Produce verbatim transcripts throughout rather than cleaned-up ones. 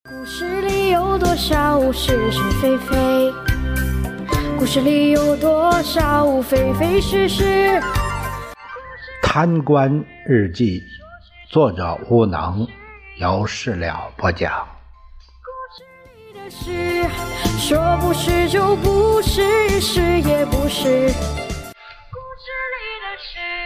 故事里有多少是是非非？故事里有多少非非是是？ 贪官日记，作者无能，由事了播讲。 故事里的事，说不是就不是，是也不是。故事里的事。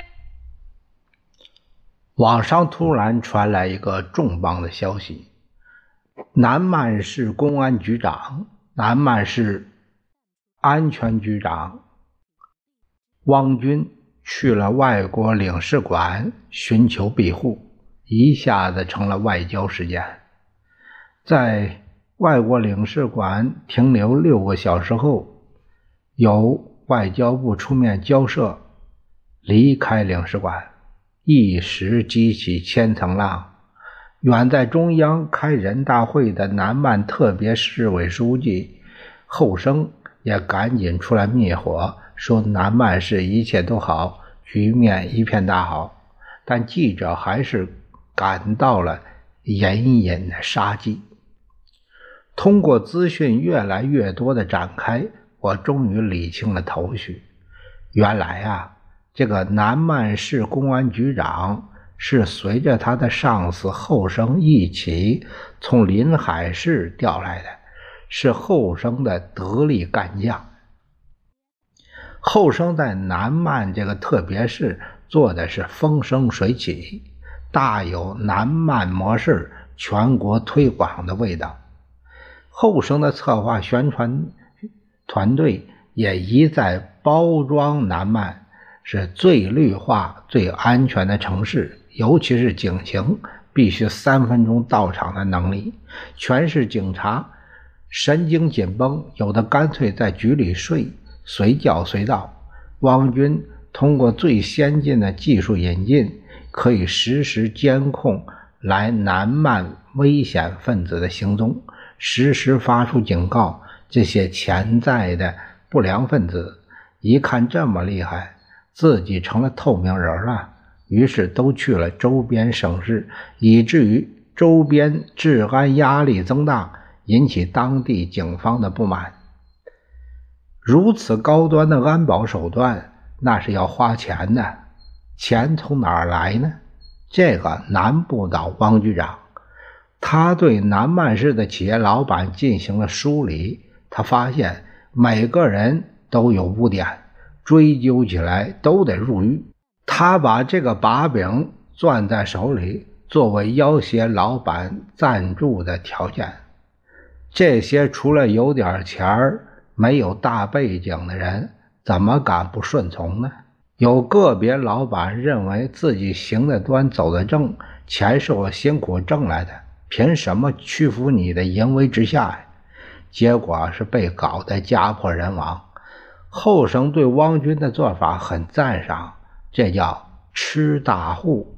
网上突然传来一个重磅的消息，南曼市公安局长、南曼市安全局长汪军去了外国领事馆寻求庇护，一下子成了外交事件。在外国领事馆停留六个小时后，由外交部出面交涉，离开领事馆，一时激起千层浪。远在中央开人大会的南曼特别市委书记后生也赶紧出来灭火，说南曼市一切都好，局面一片大好。但记者还是感到了隐隐的杀机。通过资讯越来越多的展开，我终于理清了头绪。原来啊，这个南曼市公安局长是随着他的上司后生一起从临海市调来的，是后生的得力干将。后生在南曼这个特别市做的是风生水起，大有南曼模式全国推广的味道。后生的策划宣传团队也一再包装南曼是最绿化最安全的城市，尤其是警情必须三分钟到场的能力。全市警察神经紧绷，有的干脆在局里睡，随叫随到。汪军通过最先进的技术引进，可以实时监控来南曼危险分子的行踪，实时发出警告。这些潜在的不良分子一看这么厉害，自己成了透明人了，于是都去了周边省市，以至于周边治安压力增大，引起当地警方的不满。如此高端的安保手段，那是要花钱的，钱从哪儿来呢？这个难不倒汪局长。他对南曼市的企业老板进行了梳理，他发现每个人都有污点，追究起来都得入狱。他把这个把柄攥在手里，作为要挟老板赞助的条件。这些除了有点钱儿没有大背景的人，怎么敢不顺从呢？有个别老板认为自己行得端走得正，钱是我辛苦挣来的，凭什么屈服你的淫威之下呀？结果是被搞得家破人亡。后生对汪军的做法很赞赏，这叫吃大户。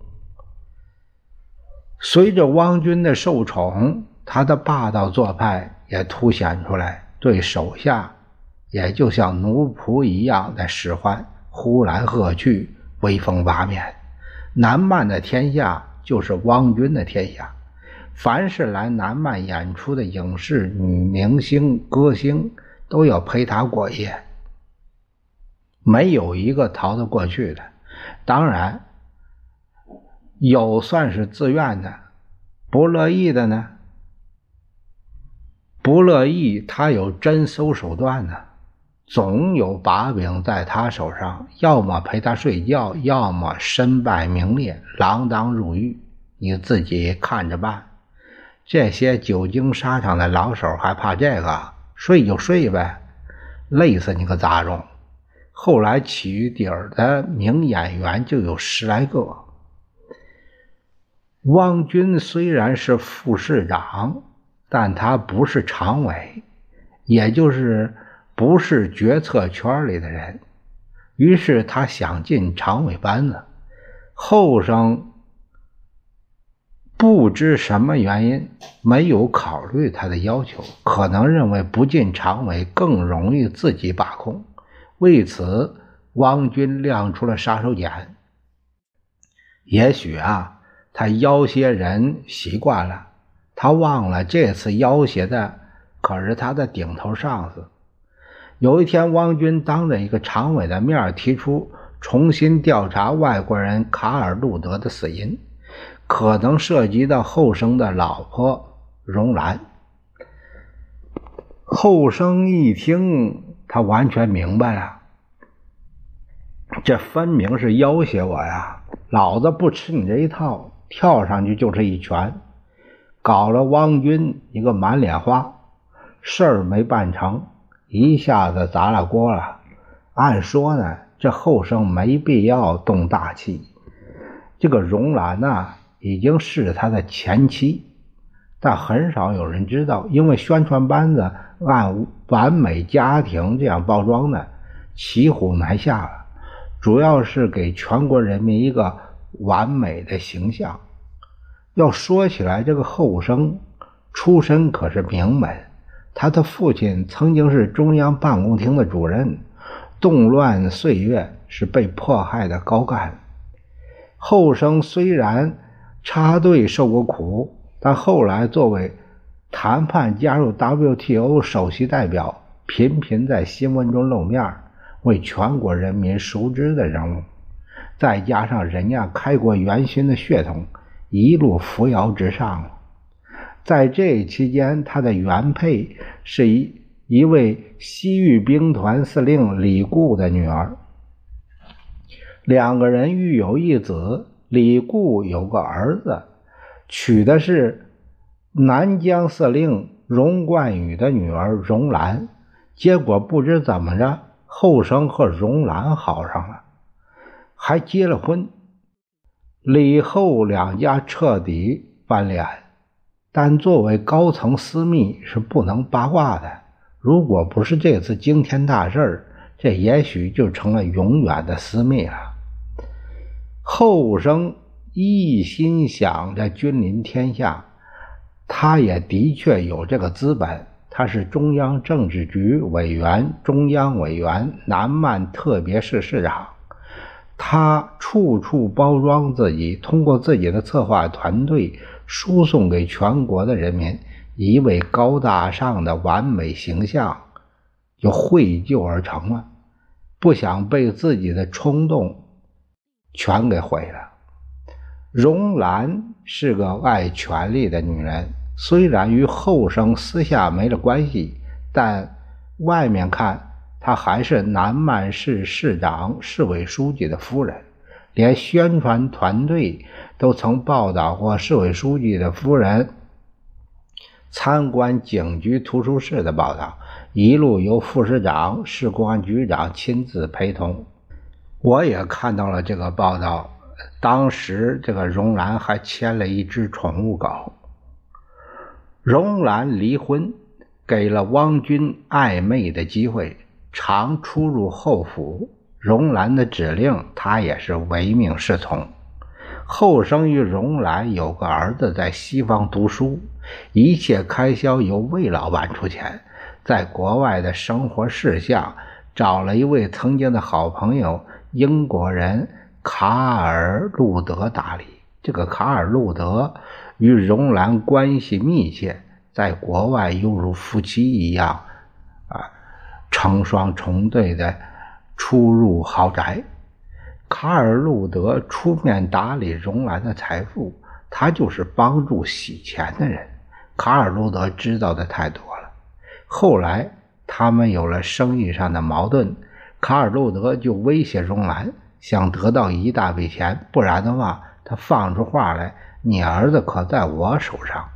随着汪军的受宠，他的霸道做派也凸显出来，对手下也就像奴仆一样的使唤，呼来喝去，威风八面。南曼的天下就是汪军的天下，凡是来南曼演出的影视女明星歌星都要陪他过夜，没有一个逃得过去的。当然有算是自愿的，不乐意的呢？不乐意他有侦搜手段呢，总有把柄在他手上，要么陪他睡觉，要么身败名裂，锒铛入狱，你自己看着办。这些久经沙场的老手还怕这个？睡就睡呗，累死你个杂种。后来起底儿的名演员就有十来个。汪军虽然是副市长，但他不是常委，也就是不是决策圈里的人，于是他想进常委班子。后生不知什么原因没有考虑他的要求，可能认为不进常委更容易自己把控，为此汪军亮出了杀手锏。也许啊，他要挟人习惯了， 他忘了这次要挟的可是他的顶头上司。有一天，汪军当着一个常委的面提出重新调查外国人卡尔路德的死因，可能涉及到后生的老婆荣兰。后生一听，他完全明白了，这分明是要挟我呀！老子不吃你这一套，跳上去就是一拳，搞了汪军一个满脸花，事儿没办成，一下子砸了锅了。按说呢，这后生没必要动大气，这个荣兰呢，已经是他的前妻，但很少有人知道，因为宣传班子按完美家庭这样包装的，骑虎难下了，主要是给全国人民一个完美的形象。要说起来，这个后生出身可是名门，他的父亲曾经是中央办公厅的主任，动乱岁月是被迫害的高干。后生虽然插队受过苦，但后来作为谈判加入 W T O 首席代表，频频在新闻中露面，为全国人民熟知的人物。再加上人家开国元勋的血统，一路扶摇直上。在这期间，他的原配是一一位西域兵团司令李固的女儿，两个人育有一子，李固有个儿子，娶的是南疆司令荣冠宇的女儿荣兰。结果不知怎么着，后生和荣兰好上了，还结了婚。李后两家彻底翻脸，但作为高层私密是不能八卦的。如果不是这次惊天大事，这也许就成了永远的私密了。后生一心想着君临天下，他也的确有这个资本。他是中央政治局委员、中央委员、南漫特别市市长。他处处包装自己，通过自己的策划团队输送给全国的人民一位高大上的完美形象，就绘就而成了，不想被自己的冲动全给毁了。荣兰是个爱权力的女人，虽然与后生私下没了关系，但外面看她还是南漫市市长、市委书记的夫人，连宣传团队都曾报道过市委书记的夫人参观警局图书室的报道，一路由副市长、市公安局长亲自陪同。我也看到了这个报道，当时这个荣兰还牵了一只宠物狗。荣兰离婚，给了汪军暧昧的机会，常出入后府，荣兰的指令他也是唯命是从。后生与荣兰有个儿子在西方读书，一切开销由魏老板出钱，在国外的生活事项找了一位曾经的好朋友英国人卡尔路德打理。这个卡尔路德与荣兰关系密切，在国外犹如夫妻一样啊，成双成对的出入豪宅。卡尔路德出面打理荣兰的财富，他就是帮助洗钱的人。卡尔路德知道的太多了。后来他们有了生意上的矛盾，卡尔路德就威胁荣兰，想得到一大笔钱，不然的话他放出话来，你儿子可在我手上。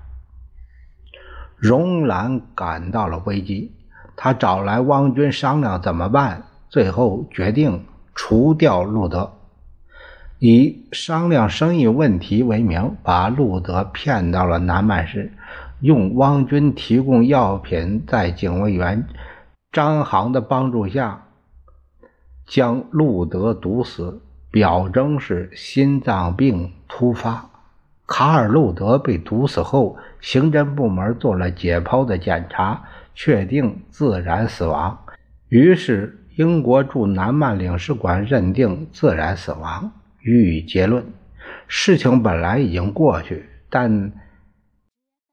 荣兰感到了危机，他找来汪军商量怎么办，最后决定除掉路德，以商量生意问题为名，把路德骗到了南漫市，用汪军提供药品，在警卫员张航的帮助下将路德毒死，表征是心脏病突发。卡尔路德被毒死后，刑侦部门做了解剖的检查，确定自然死亡，于是英国驻南漫领事馆认定自然死亡，予以结论。事情本来已经过去，但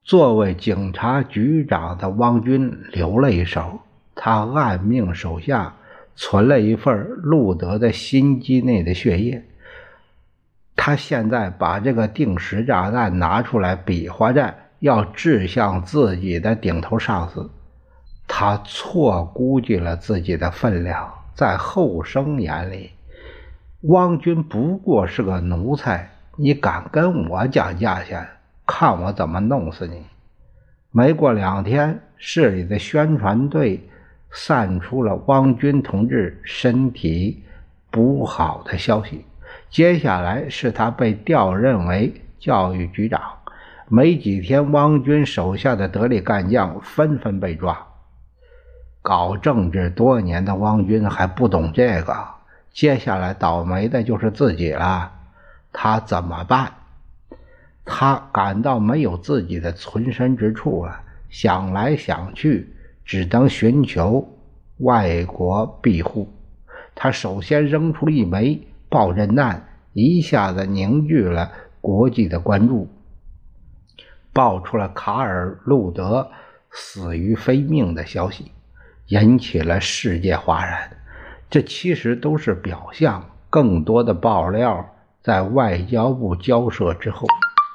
作为警察局长的汪军留了一手，他按命手下存了一份路德的心肌内的血液。他现在把这个定时炸弹拿出来比划着要掷向自己的顶头上司，他错估计了自己的分量。在后生眼里，汪军不过是个奴才，你敢跟我讲价钱，看我怎么弄死你。没过两天，市里的宣传队散出了汪军同志身体不好的消息，接下来是他被调任为教育局长。没几天，汪军手下的得力干将纷纷被抓。搞政治多年的汪军还不懂这个，接下来倒霉的就是自己了。他怎么办？他感到没有自己的存身之处了，想来想去，只能寻求外国庇护。他首先扔出一枚爆震弹，一下子凝聚了国际的关注，爆出了卡尔·路德死于非命的消息，引起了世界哗然。这其实都是表象，更多的爆料在外交部交涉之后。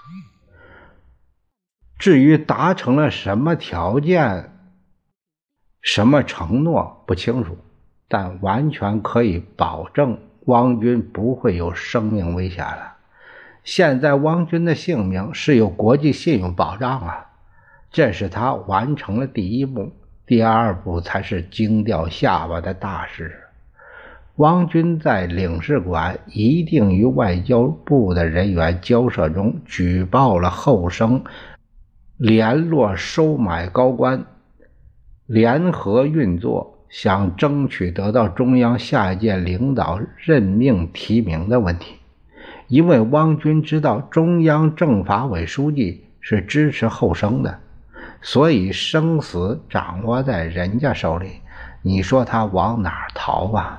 至于达成了什么条件、什么承诺不清楚，但完全可以保证汪军不会有生命危险了。现在汪军的性命是有国际信用保障啊，这是他完成了第一步，第二步才是惊掉下巴的大事。汪军在领事馆一定与外交部的人员交涉中举报了后生联络收买高官，联合运作，想争取得到中央下一届领导任命提名的问题。因为汪军知道中央政法委书记是支持后生的，所以生死掌握在人家手里，你说他往哪儿逃啊？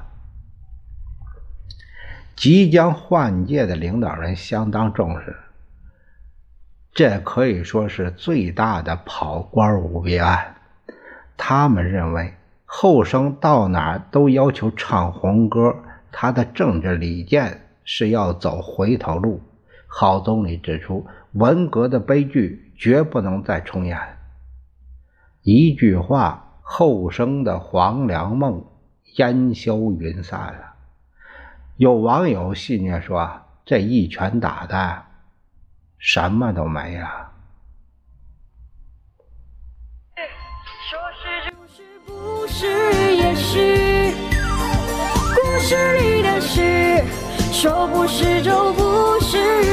即将换届的领导人相当重视，这可以说是最大的跑官舞弊案。他们认为后生到哪儿都要求唱红歌，他的政治理念是要走回头路。郝总理指出，文革的悲剧绝不能再重演。一句话，后生的黄粱梦烟消云散了。有网友戏谑说，这一拳打的什么都没了。 说是就是不是也是故事里的事，说不是就不是